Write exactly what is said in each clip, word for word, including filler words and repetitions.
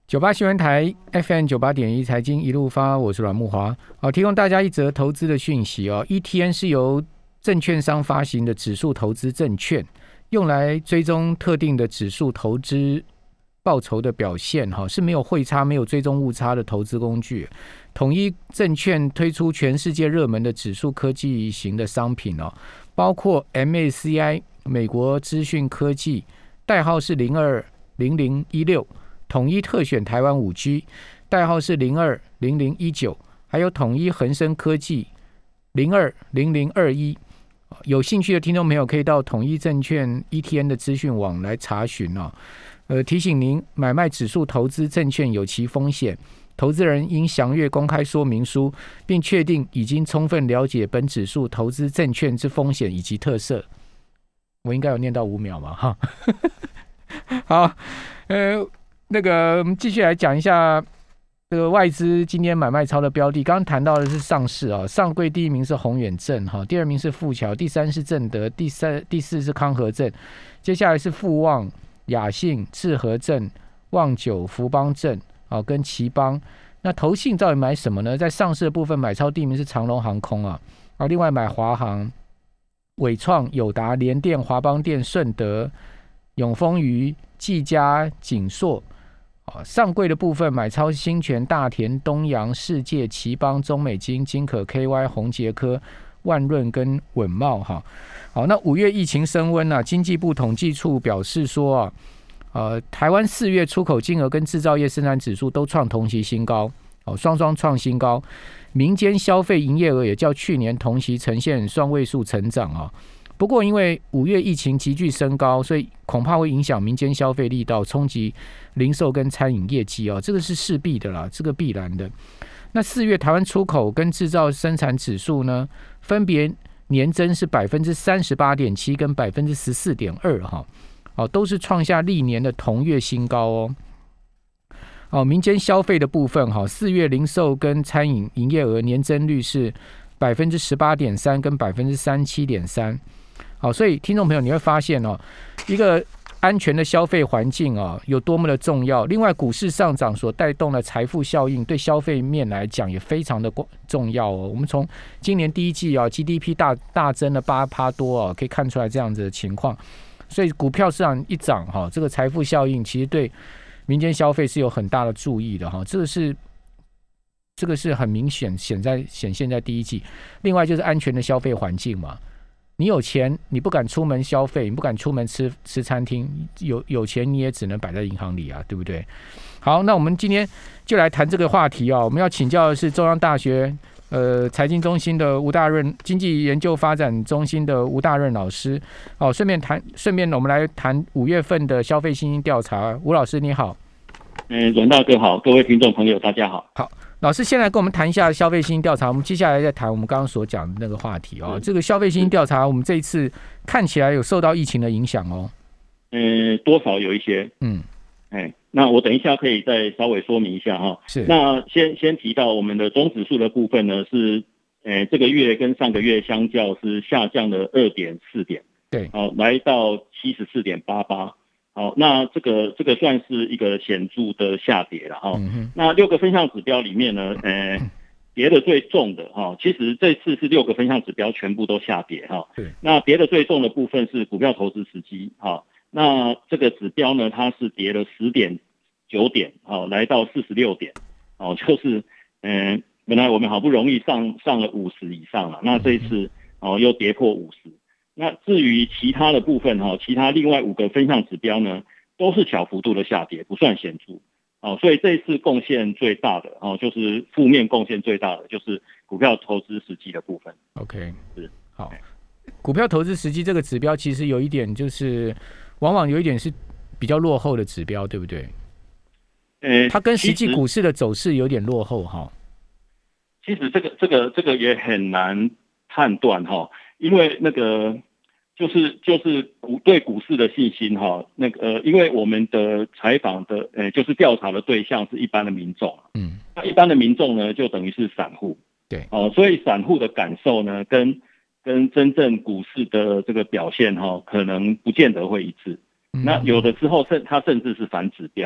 九八新闻台 F M 九八点一财经一路发，我是阮慕华。好，提供大家一则投资的讯息哦。E T N 是由证券商发行的指数投资证券，用来追踪特定的指数投资报酬的表现，是没有汇差、没有追踪误差的投资工具。统一证券推出全世界热门的指数科技型的商品哦，包括 M A C I 美国资讯科技，代号是零二零零一六。统一特选台湾 五 G， 代号是零二零零一九，还有统一恒生科技零二零零二一。有兴趣的听众朋友可以到统一证券 E T N 的资讯网来查询哦。呃，提醒您，买卖指数投资证券有其风险，投资人应详阅公开说明书，并确定已经充分了解本指数投资证券之风险以及特色。我应该有念到五秒嘛？哈，好，呃。那个，我们继续来讲一下这个外资今天买卖超的标的。刚刚谈到的是上市啊，上柜第一名是宏远证哈，第二名是富桥，第三是正德，第三第四是康和证，接下来是富旺、雅信、智和证、旺九、福邦证啊，跟奇邦。那投信到底买什么呢？在上市的部分，买超第一名是长荣航空啊，啊，另外买华航、伟创、友达、联电、华邦电、顺德、永丰余、技嘉、景硕。上柜的部分买超新泉、大田、东洋、世界、奇邦、中美金、金可 K Y、宏捷科、万润跟稳茂哈。好，那五月疫情升温啊，经济部统计处表示说啊，呃，台湾四月出口金额跟制造业生产指数都创同期新高，哦，双双创新高。民间消费营业额也较去年同期呈现双位数成长啊。不过，因为五月疫情急剧升高，所以恐怕会影响民间消费力道，冲击零售跟餐饮业绩哦，这个是势必的啦，这个必然的。那四月台湾出口跟制造生产指数呢，分别年增是百分之三十八点七跟百分之十四点二哈，哦，都是创下历年的同月新高哦。哦，民间消费的部分哈，四月零售跟餐饮营业额年增率是百分之十八点三跟百分之三七点三。好，所以听众朋友你会发现哦，一个安全的消费环境哦有多么的重要。另外，股市上涨所带动的财富效应，对消费面来讲也非常的重要哦。我们从今年第一季啊 G D P 大大增了八趴多哦，可以看出来这样子的情况。所以股票市场一涨哈，这个财富效应其实对民间消费是有很大的注意的哈。这个是这个是很明显显在显现在第一季。另外就是安全的消费环境嘛。你有钱，你不敢出门消费，你不敢出门吃吃餐厅，有有钱你也只能摆在银行里啊，对不对？好，那我们今天就来谈这个话题啊。我们要请教的是中央大学呃财经中心的吴大润，经济研究发展中心的吴大润老师。好，顺便谈，顺便我们来谈五月份的消费信心调查。吴老师你好。 嗯，阮大哥好，各位听众朋友大家好。 好。老师先来跟我们谈一下消费信心调查，我们接下来再谈我们刚刚所讲的那个话题哦。这个消费信心调查，我们这一次看起来有受到疫情的影响哦。 嗯，多少有一些。嗯，哎，那我等一下可以再稍微说明一下哈。是。那先先提到我们的中指数的部分呢，是，呃，这个月跟上个月相较是下降了 二点四 点。对。好，来到 七十四点八八。好，那这个这个算是一个显著的下跌了哈。嗯、那六个分项指标里面呢，呃，跌的最重的哈，其实这次是六个分项指标全部都下跌哈。对。那跌的最重的部分是股票投资时机哈。那这个指标呢，它是跌了 十点九 点，好，来到四十六点，哦，就是嗯、呃，本来我们好不容易上上了五十以上了，那这一次哦又跌破五十。那至于其他的部分哈，其他另外五个分项指标呢，都是小幅度的下跌，不算显著。哦，所以这一次贡献最大的哦，就是负面贡献最大的就是股票投资时机的部分。OK， 是好。股票投资时机这个指标其实有一点就是，往往有一点是比较落后的指标，对不对？呃，它跟实际股市的走势有点落后哈。 其实这个这个这个也很难判断哈，因为那个。就是就是股对股市的信心哈，那个呃，因为我们的采访的呃，就是调查的对象是一般的民众，嗯，那一般的民众呢，就等于是散户，对，哦，所以散户的感受呢，跟跟真正股市的这个表现哈，可能不见得会一致，嗯、那有的时候甚它甚至是反指标，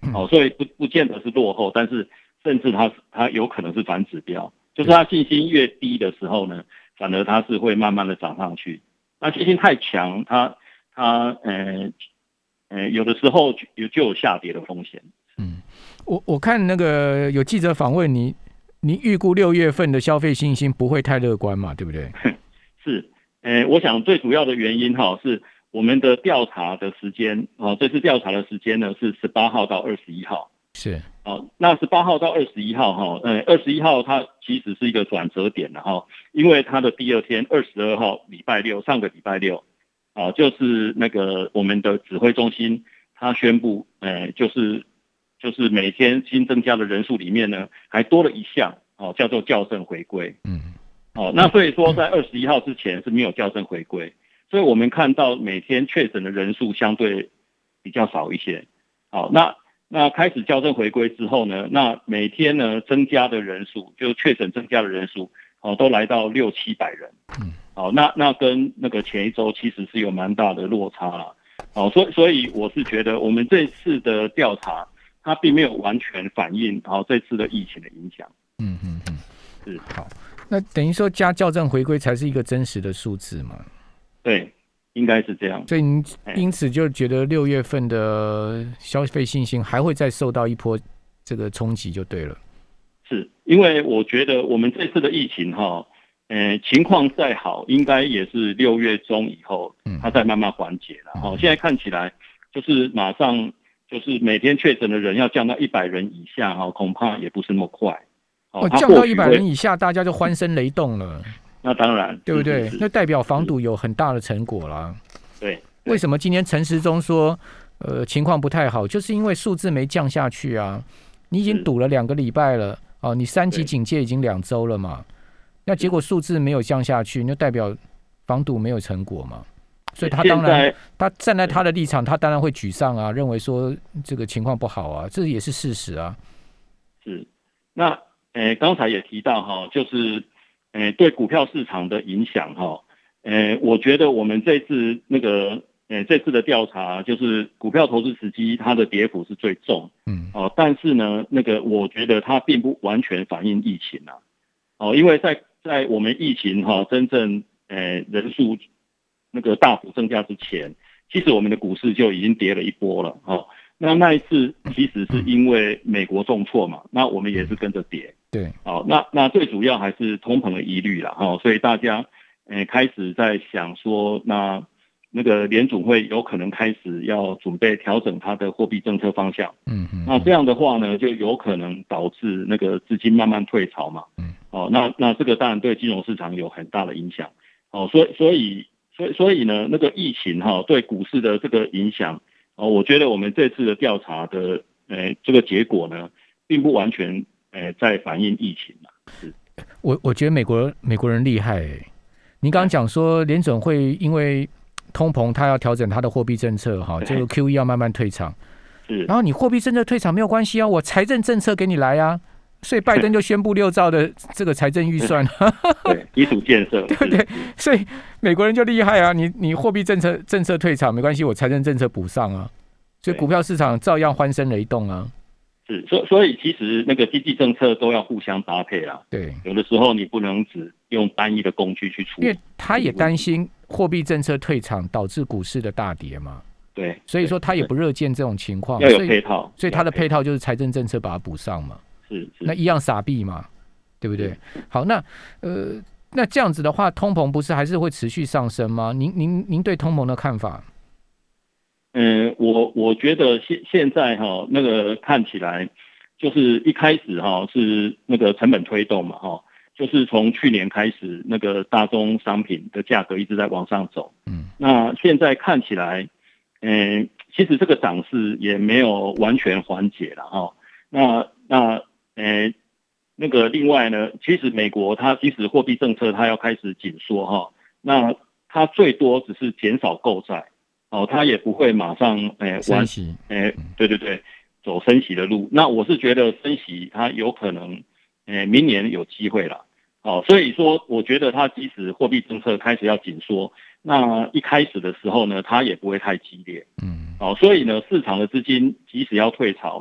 哦，所以不不见得是落后，但是甚至它它有可能是反指标，就是它信心越低的时候呢，反而它是会慢慢的涨上去。那信心太强，它它呃呃有的时候有就有下跌的风险。 嗯，我我看那个有记者访问你，你预估六月份的消费信心不会太乐观嘛，对不对？ 是，呃，我想最主要的原因哈是。我们的调查的时间，哦，这次调查的时间呢是十八号到二十一号， 是， 哦，那十八号到二十一号哈，呃，二十一号它其实是一个转折点了哈，因为它的第二天二十二号礼拜六，上个礼拜六，啊，就是那个我们的指挥中心它宣布，呃，就是就是每天新增加的人数里面呢，还多了一项，哦，叫做校正回归，嗯，哦，那所以说在二十一号之前是没有校正回归。所以我们看到每天确诊的人数相对比较少一些，好，那那开始校正回归之后呢，那每天呢增加的人数，就确诊增加的人数，哦，都来到六七百人，嗯，好，那那跟那个前一周其实是有蛮大的落差啦，好，所以所以我是觉得我们这次的调查，它并没有完全反映好这次的疫情的影响， 嗯嗯嗯，是好，那等于说加校正回归才是一个真实的数字嘛？ 对，应该是这样。 所以您因此就觉得六月份的消费信心还会再受到一波这个冲击，就对了。 是因为我觉得我们这次的疫情哈，呃，情况再好，应该也是六月中以后，它再慢慢缓解了。哦、嗯，现在看起来就是马上就是每天确诊的人要降到一百人以下哈，恐怕也不是那么快。 哦，降到一百人以下，大家就欢声雷动了。 那当然， 对不对？那代表防堵有很大的成果啦。 对， 为什么今天陈时中说，呃，情况不太好，就是因为数字没降下去啊。你已经堵了两个礼拜了，哦，你三级警戒已经两周了嘛，那结果数字没有降下去，那代表防堵没有成果嘛。所以他当然，他站在他的立场，他当然会沮丧啊，认为说这个情况不好啊，这也是事实啊。 是，那呃，刚才也提到哈，就是。呃，对股票市场的影响哈，呃，我觉得我们这次那个呃这次的调查，就是股票投资时机它的跌幅是最重，嗯，哦、呃，但是呢，那个我觉得它并不完全反映疫情啊，哦、呃，因为在在我们疫情哈、呃、真正呃人数那个大幅增加之前，其实我们的股市就已经跌了一波了，哦，那那一次其实是因为美国重挫嘛，那我们也是跟着跌。 对， 好，那那最主要还是通膨的疑虑啦，哈，所以大家，呃，开始在想说，那那个联准会有可能开始要准备调整它的货币政策方向，嗯嗯，那这样的话呢，就有可能导致那个资金慢慢退潮嘛，嗯，哦，那那这个当然对金融市场有很大的影响，哦，所以所以所以所以呢，那个疫情哈对股市的这个影响，哦，我觉得我们这次的调查的，呃，这个结果呢，并不完全。呃，在反映疫情嘛，是我我觉得美国美国人厉害哎、欸，你刚刚讲说联准会因为通膨，他要调整他的货币政策哈，这个 Q E 要慢慢退场， 是， 然后你货币政策退场没有关系啊，我财政政策给你来啊，所以拜登就宣布六兆的这个财政预算， 对，基础建设， 对不对？所以美国人就厉害啊，你你货币政策政策退场没关系，我财政政策补上啊，所以股票市场照样欢声雷动啊。 是，所所以其实那个经济政策都要互相搭配啦。 对， 有的时候你不能只用单一的工具去处理。 因为他也担心货币政策退场导致股市的大跌嘛。 对， 所以说他也不热见这种情况， 要有配套， 所以他的配套就是财政政策把它补上嘛。 是，是那一样撒币嘛，对不对？好，那呃，那这样子的话，通膨不是还是会持续上升吗？您您您对通膨的看法？ 嗯，我我觉得现现在哈，那个看起来就是一开始哈是那个成本推动嘛哈，就是从去年开始那个大宗商品的价格一直在往上走，嗯，那现在看起来，嗯，其实这个涨势也没有完全缓解了哈，那那呃那个另外呢，其实美国它即使货币政策它要开始紧缩哈，那它最多只是减少购债。哦，他也不会马上诶升息， 诶，对对对，走升息的路。那我是觉得升息它有可能，诶，明年有机会了。哦，所以说我觉得它即使货币政策开始要紧缩，那一开始的时候呢，它也不会太激烈。嗯，哦，所以呢，市场的资金即使要退潮，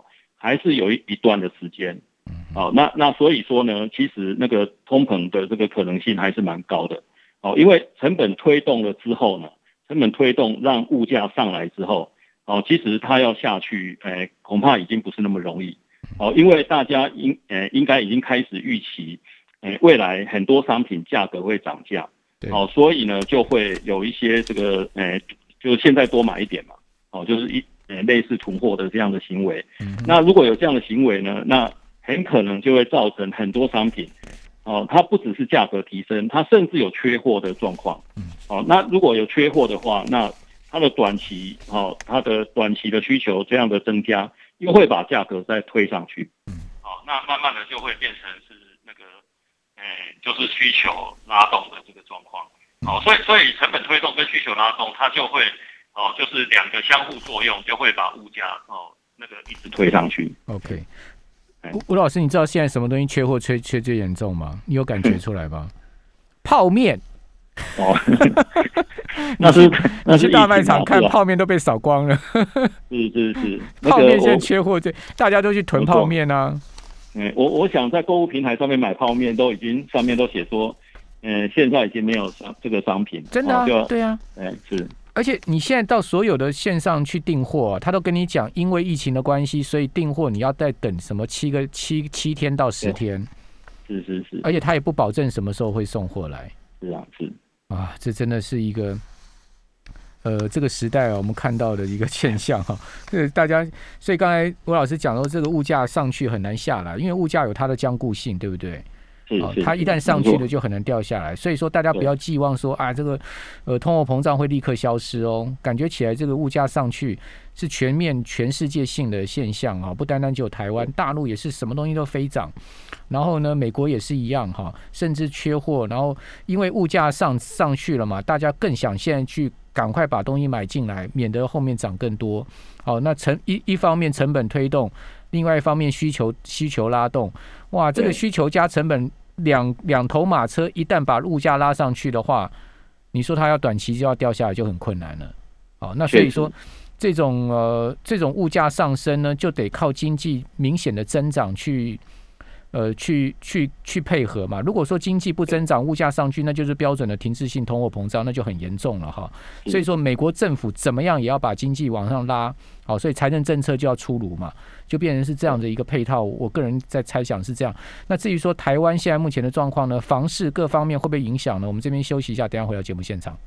还是有一一段的时间。好、哦，那那所以说呢，其实那个通膨的这个可能性还是蛮高的。哦，因为成本推动了之后呢，成本推动让物价上来之后，哦，其实它要下去，呃，恐怕已经不是那么容易。哦，因为大家应呃应该已经开始预期，呃，未来很多商品价格会涨价。哦，所以呢，就会有一些这个，呃，就现在多买一点嘛。哦，就是一呃类似囤货的这样的行为。嗯、那如果有这样的行为呢，那很可能就会造成很多商品，哦，它不只是价格提升，它甚至有缺货的状况。哦，那如果有缺货的话，那它的短期，哦，它的短期的需求这样的增加，又会把价格再推上去。哦，那慢慢的就会变成是那个，呃，就是需求拉动的这个状况。哦，所以所以成本推动跟需求拉动，它就会，哦，就是两个相互作用，就会把物价，哦，那个一直推上去。 OK。吴老师，你知道现在什么东西缺货缺缺最严重吗？你有感觉出来吗？泡面。 哦，那是你去大卖场看，泡面都被扫光了。 是是是， 泡面现在缺货最，大家都去囤泡面啊。 嗯，我我想在购物平台上面买泡面，都已经上面都写说，嗯，现在已经没有商这个商品。 真的啊？ 哦、 对啊。 嗯，是。 而且你现在到所有的线上去订货、啊，他都跟你讲，因为疫情的关系，所以订货你要再等什么七个七七天到十天， 是是是， 而且他也不保证什么时候会送货来。 是啊，是啊，这真的是一个，呃，这个时代啊，我们看到的一个现象哈、啊。这大家，所以刚才吴老师讲说，这个物价上去很难下来，因为物价有它的僵固性，对不对？哦，它一旦上去了就很难掉下来，所以说大家不要寄望说啊，这个呃通货膨胀会立刻消失哦。感觉起来这个物价上去是全面全世界性的现象啊，不单单只有台湾，大陆也是什么东西都飞涨，然后呢，美国也是一样哈，甚至缺货，然后因为物价上上去了嘛，大家更想现在去赶快把东西买进来，免得后面涨更多。好，那成一一方面成本推动，另外一方面需求需求拉动，哇，这个需求加成本。两两头马车一旦把物价拉上去的话，你说它要短期就要掉下来就很困难了。好，那所以说这种呃这种物价上升呢，就得靠经济明显的增长去呃去去去配合嘛。如果说经济不增长，物价上去，那就是标准的停滞性通货膨胀，那就很严重了哈。所以说美国政府怎么样也要把经济往上拉，好，所以财政政策就要出炉嘛。就变成是这样的一个配套，我个人在猜想是这样。那至于说台湾现在目前的状况呢，房市各方面会不会影响呢？我们这边休息一下，等一下回到节目现场。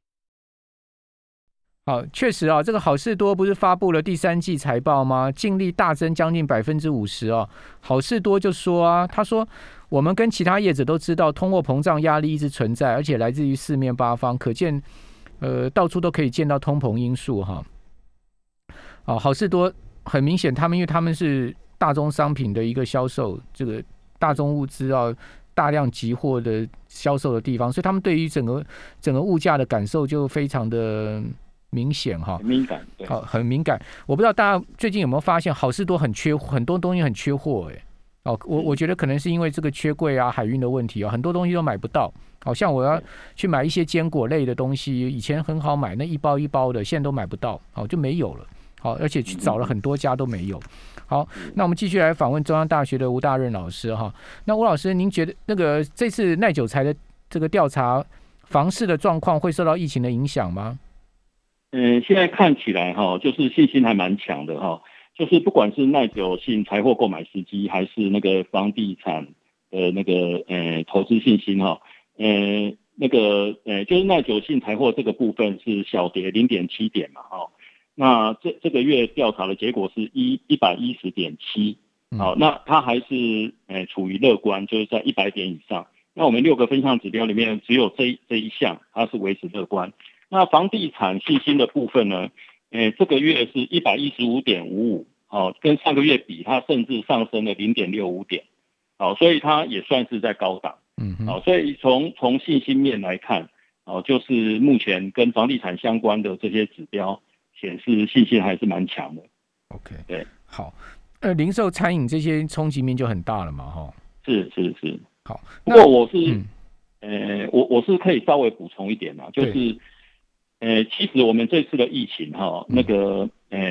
好，确实啊，这个好事多不是发布了第三季财报吗？净利大增将近百分之五十哦。好事多就说啊，他说我们跟其他业者都知道，通货膨胀压力一直存在，而且来自于四面八方，可见呃到处都可以见到通膨因素哈。好，好事多。很明显，他们因为他们是大宗商品的一个销售，这个大宗物资啊，大量集货的销售的地方，所以他们对于整个整个物价的感受就非常的明显哈， 很敏感，对， 好，很敏感。我不知道大家最近有没有发现，好事多很缺很多东西很缺货哎、欸，哦，我我觉得可能是因为这个缺柜啊、海运的问题啊，很多东西都买不到。好像我要去买一些坚果类的东西，以前很好买，那一包一包的，现在都买不到，好就没有了。好，而且去找了很多家都没有。好，那我们继续来访问中央大学的吴大任老师哈。那吴老师，您觉得那个这次耐久材的这个调查，房市的状况会受到疫情的影响吗？ 嗯，现在看起来哈，就是信心还蛮强的哈。就是不管是耐久性财货购买时机，还是那个房地产的那个呃投资信心哈，呃那个呃就是耐久性财货这个部分是小跌零点七点嘛哈。那这这个月调查的结果是一一百一十点七，好，那它还是呃处于乐观，就是在一百点以上。那我们六个分项指标里面，只有这这一项它是维持乐观。那房地产信心的部分呢，呃这个月是一百一十五点五五，好，跟上个月比，它甚至上升了零点六五点，好，所以它也算是在高档，嗯，好，所以从从信心面来看，好，就是目前跟房地产相关的这些指标。显示信心还是蛮强的。 OK， 对， 好，呃，零售、餐饮这些冲击面就很大了嘛，哈。 是是是， 好。 不过我是，嗯、呃，我我是可以稍微补充一点啦，就是，呃，其实我们这次的疫情哈，那个，呃，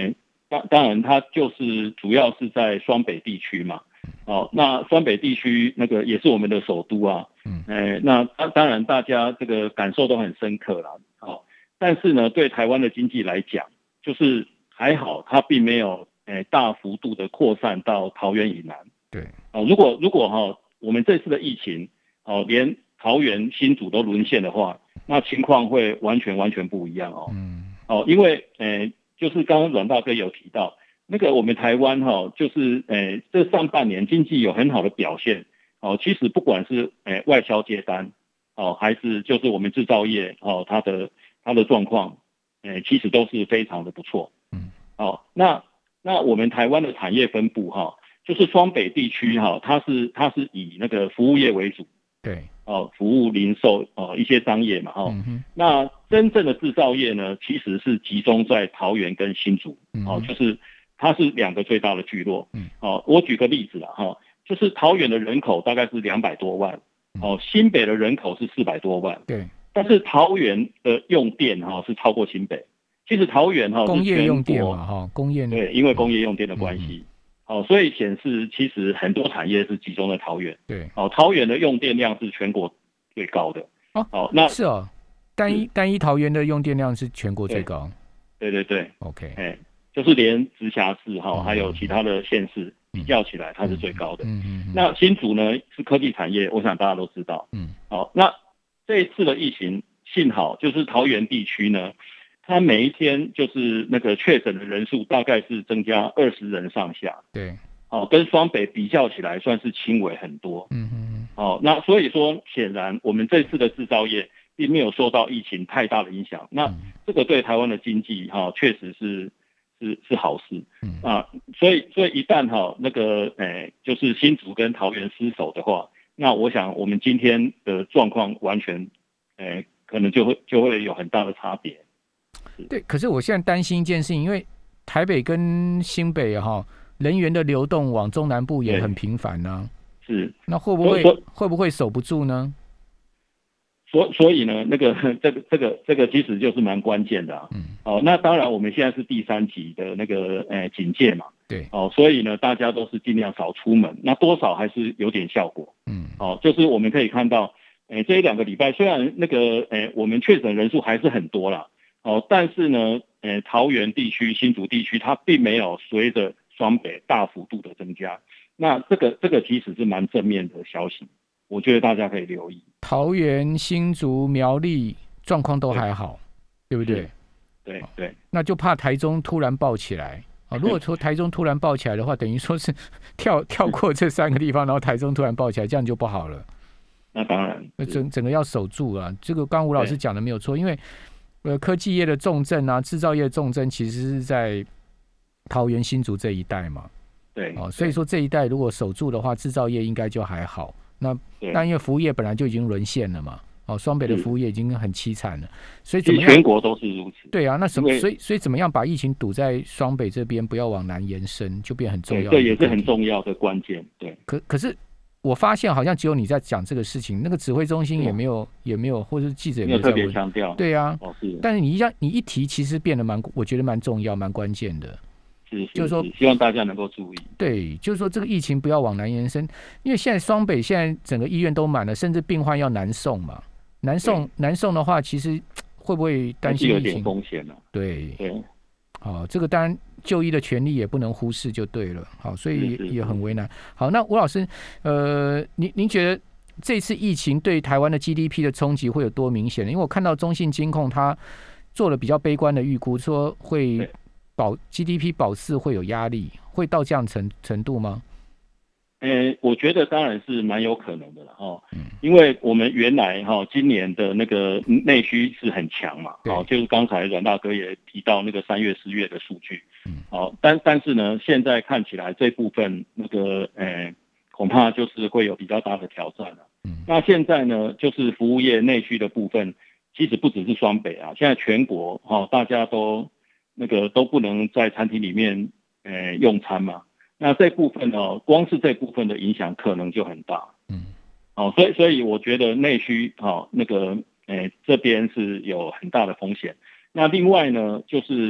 当当然它就是主要是在双北地区嘛。哦，那双北地区那个也是我们的首都啊。嗯，呃、那当当然大家这个感受都很深刻啦。哦，但是呢，对台湾的经济来讲，就是还好，它并没有呃大幅度的扩散到桃园以南。 对。 哦，如果如果哈、哦，我们这次的疫情，哦，连桃园、新竹都沦陷的话，那情况会完全完全不一样哦。嗯。哦，因为呃，就是刚刚阮大哥有提到，那个我们台湾哈、哦，就是呃，这上半年经济有很好的表现。哦，其实不管是呃外销接单，哦，还是就是我们制造业哦，它的它的状况，呃，其实都是非常的不错。嗯。哦，那那我们台湾的产业分布哈、哦，就是双北地区哈、哦，它是它是以那个服务业为主。 对。 哦，服务零售哦，一些商业嘛哈、哦嗯。那真正的制造业呢，其实是集中在桃园跟新竹。哦，就是它是两个最大的聚落。嗯。哦，我举个例子啦哈。哦，就是桃园的人口大概是两百多万，哦，新北的人口是四百多万， 对， 但是桃园的用电哈、哦、是超过新北。其实桃园哈、哦、 工业用电嘛哈，工业对，因为工业用电的关系，嗯、哦，所以显示其实很多产业是集中在桃园。 对， 哦，桃园的用电量是全国最高的。 哦，哦那是哦，单一单一桃园的用电量是全国最高。 对对对 ，OK， 哎，就是连直辖市哈、哦嗯、还有其他的县市。比较起来，它是最高的。嗯嗯嗯。那新竹呢是科技产业，我想大家都知道。嗯。好、哦，那这一次的疫情，幸好就是桃园地区呢，它每一天就是那个确诊的人数大概是增加二十人上下。 对。 哦，跟双北比较起来，算是轻微很多。嗯嗯嗯。哦，那所以说，显然我们这次的制造业并没有受到疫情太大的影响。那这个对台湾的经济哈、哦，确实是。是是好事。嗯啊，所以所以一旦哈、哦、那个诶，就是新竹跟桃园失守的话，那我想我们今天的状况完全诶，可能就会就会有很大的差别。 对，可是我现在担心一件事情，因为台北跟新北哈、哦、人员的流动往中南部也很频繁呢、啊。 是， 那会不会会不会守不住呢？ 所所以呢，那个这个这个这个其实就是蛮关键的啊。嗯。哦，那当然我们现在是第三级的那个呃警戒嘛。 对。 哦，所以呢，大家都是尽量少出门，那多少还是有点效果。嗯。哦，就是我们可以看到，诶，这一两个礼拜虽然那个诶我们确诊人数还是很多啦，哦，但是呢，诶桃园地区、新竹地区它并没有随着双北大幅度的增加，那这个这个其实是蛮正面的消息。我觉得大家可以留意， 桃园、新竹、苗栗状况都还好， 对, 对不对？ 对对， 那就怕台中突然爆起来啊！如果说台中突然爆起来的话，等于说是跳跳过这三个地方，然后台中突然爆起来，这样就不好了。 那当然， 整整个要守住啊！这个刚吴老师讲的没有错，因为呃科技业的重镇啊，制造业的重镇其实是在桃园、新竹这一带嘛。 对， 哦，所以说这一带如果守住的话，制造业应该就还好。那那因为服务业本来就已经沦陷了嘛，哦，双北的服务业已经很凄惨了，所以怎么样？ 全国都是如此。 对啊，那什么？所以所以怎么样把疫情堵在双北这边，不要往南延伸，就变很重要。 这也是很重要的关键。对。 可可是我发现好像只有你在讲这个事情，那个指挥中心也没有、嗯、也没有，或者是记者也没有特别强调。 对啊， 哦是。 但是你一样你一提，其实变得蛮，我觉得蛮重要、蛮关键的。 是是是，就是说，希望大家能够注意。 对，就是说这个疫情不要往南延伸，因为现在双北现在整个医院都满了，甚至病患要南送嘛。南送南送的话，其实会不会担心疫情？ 有点风险了、啊。 对对， 好，这个当然就医的权利也不能忽视，就对了。好，所以也很为难。好，那吴老师，呃，您您觉得这次疫情对台湾的 G D P 的冲击会有多明显呢？因为我看到中信金控他做了比较悲观的预估，说会。保 G D P 保四会有压力，会到这样 程, 程度吗？ 呃，我觉得当然是蛮有可能的了哈、嗯，因为我们原来哈、哦、今年的那个内需是很强嘛，哦，就是刚才阮大哥也提到那个三月四月的数据，嗯，哦，但但是呢，现在看起来这部分那个呃恐怕就是会有比较大的挑战了，嗯，那现在呢，就是服务业内需的部分，其实不只是双北啊，现在全国哈、哦、大家都。那个都不能在餐厅里面呃用餐嘛，那这部分呢、哦，光是这部分的影响可能就很大，嗯，哦，所以所以我觉得内需哦那个呃这边是有很大的风险。那另外呢，就是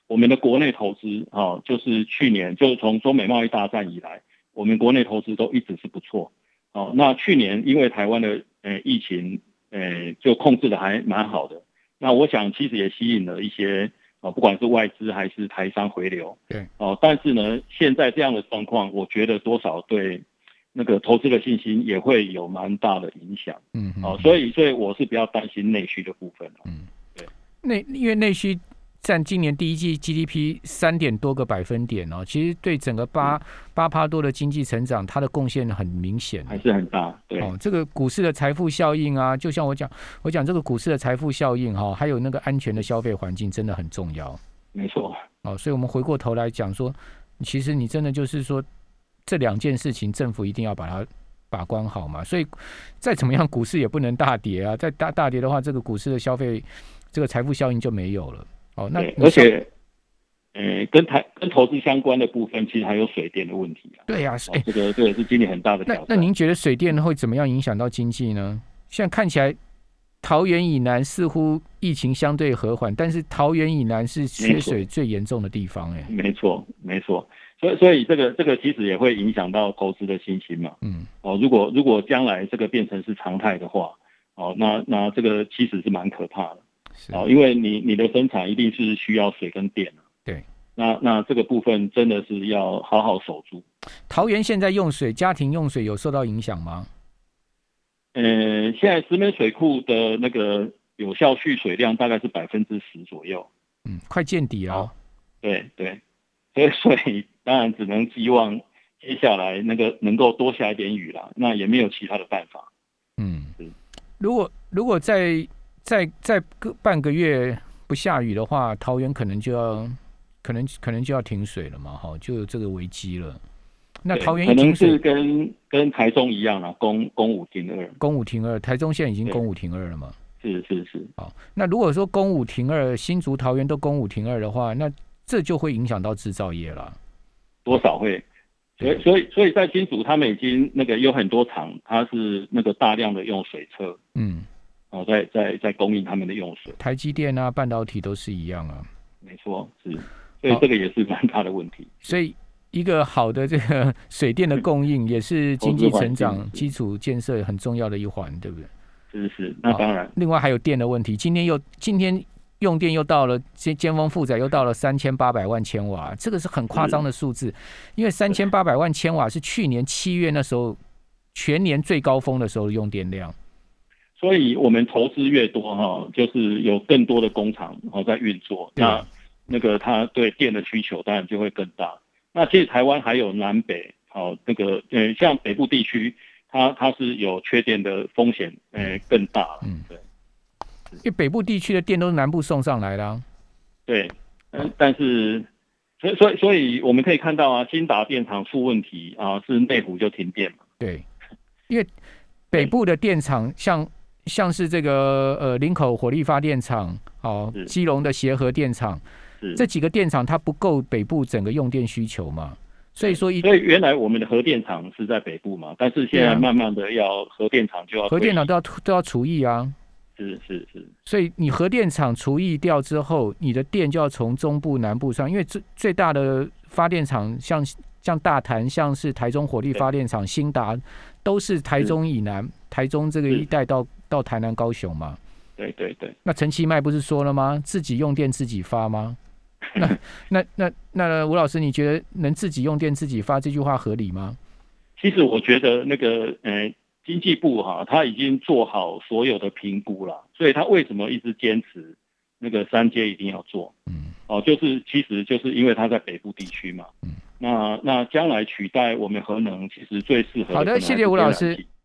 我们的国内投资啊，就是去年就是从中美贸易大战以来，我们国内投资都一直是不错。哦，那去年因为台湾的呃疫情呃就控制的还蛮好的，那我想其实也吸引了一些哦，不管是外资还是台商回流。 对。 哦，但是呢，现在这样的状况，我觉得多少对那个投资的信心也会有蛮大的影响。 嗯嗯。 哦，所以所以我是比较担心内需的部分。 嗯，对。内因为内需占今年第一季 G D P 三点多个百分点哦，其实对整个八八趴多的经济成长，它的贡献很明显， 还是很大。对哦，这个股市的财富效应啊，就像我讲，我讲这个股市的财富效应哈、哦，还有那个安全的消费环境真的很重要。 没错。 哦，所以我们回过头来讲说，其实你真的就是说这两件事情，政府一定要把它把关好嘛。所以再怎么样，股市也不能大跌啊，再大大跌的话，这个股市的消费这个财富效应就没有了。哦，那而且，呃，跟台跟投资相关的部分，其实还有水电的问题啊。 对呀、啊哦，这个这个是今年很大的挑战。 那那您觉得水电会怎么样影响到经济呢？现在看起来，桃园以南似乎疫情相对和缓，但是桃园以南是缺水最严重的地方、欸。哎， 没错，没错。所以所以这个这个其实也会影响到投资的信心嘛。嗯。哦，如果如果将来这个变成是常态的话，哦，那那这个其实是蛮可怕的。哦，因为你你的生产一定是需要水跟电、啊、 对， 那那这个部分真的是要好好守住。 桃园现在用水，家庭用水有受到影响吗？ 呃，现在石门水库的那个有效蓄水量大概是百分之十左右， 嗯，快见底了、哦。 对对，所以所以当然只能寄望接下来那个能够多下一点雨啦，那也没有其他的办法。 嗯，如果如果在再再半个月不下雨的话，桃园可能就要可能可能就要停水了嘛，哈，就有这个危机了。那桃园可能是跟跟台中一样啦，公公五停二， 公五停二，台中现在已经公五停二了嘛？ 是是是。 好，那如果说公五停二，新竹、桃园都公五停二的话，那这就会影响到制造业了， 多少会。所以所以所以在新竹，他们已经那个有很多厂，它是那个大量的用水车，嗯。哦，在在在供应他们的用水， 台积电啊，半导体都是一样啊。 没错，是，所以这个也是蛮大的问题。 所以一个好的这个水电的供应，也是经济成长基础建设很重要的一环，对不对？ 是是，那当然。 另外还有电的问题，今天又今天用电又到了尖峰负载，又到了三千八百万千瓦，这个是很夸张的数字，因为三千八百万千瓦是去年七月那时候全年最高峰的时候的用电量。 所以我们投资越多哈，就是有更多的工厂在运作，那那个它对电的需求当然就会更大。那其实台湾还有南北，好那个呃像北部地区，它它是有缺电的风险，呃更大。嗯，对。 因为北部地区的电都是南部送上来的、啊。 对，嗯，但是所以所以所以我们可以看到啊，新达电厂出问题啊，是内湖就停电嘛。 对，因为北部的电厂像。像是这个呃林口火力发电厂，哦，基隆的协和电厂，这几个电厂它不够北部整个用电需求嘛，所以说一所以原来我们的核电厂是在北部嘛，但是现在慢慢的要核电厂就要核电厂都要都要除役啊， 是是是， 所以你核电厂除役掉之后，你的电就要从中部南部上，因为最最大的发电厂像像大潭，像是台中火力发电厂、新达，都是台中以南，台中这个一带到。到台南、高雄嘛？ 对对对。 那陈其迈不是说了吗？自己用电自己发吗？那那那那吴老师，你觉得能自己用电自己发这句话合理吗？ 其实我觉得那个呃经济部哈、啊，他已经做好所有的评估了，所以他为什么一直坚持那个三阶一定要做？嗯，哦，就是其实就是因为他在北部地区嘛。嗯。那那将来取代我们核能，其实最适合的。 好的，谢谢吴老师。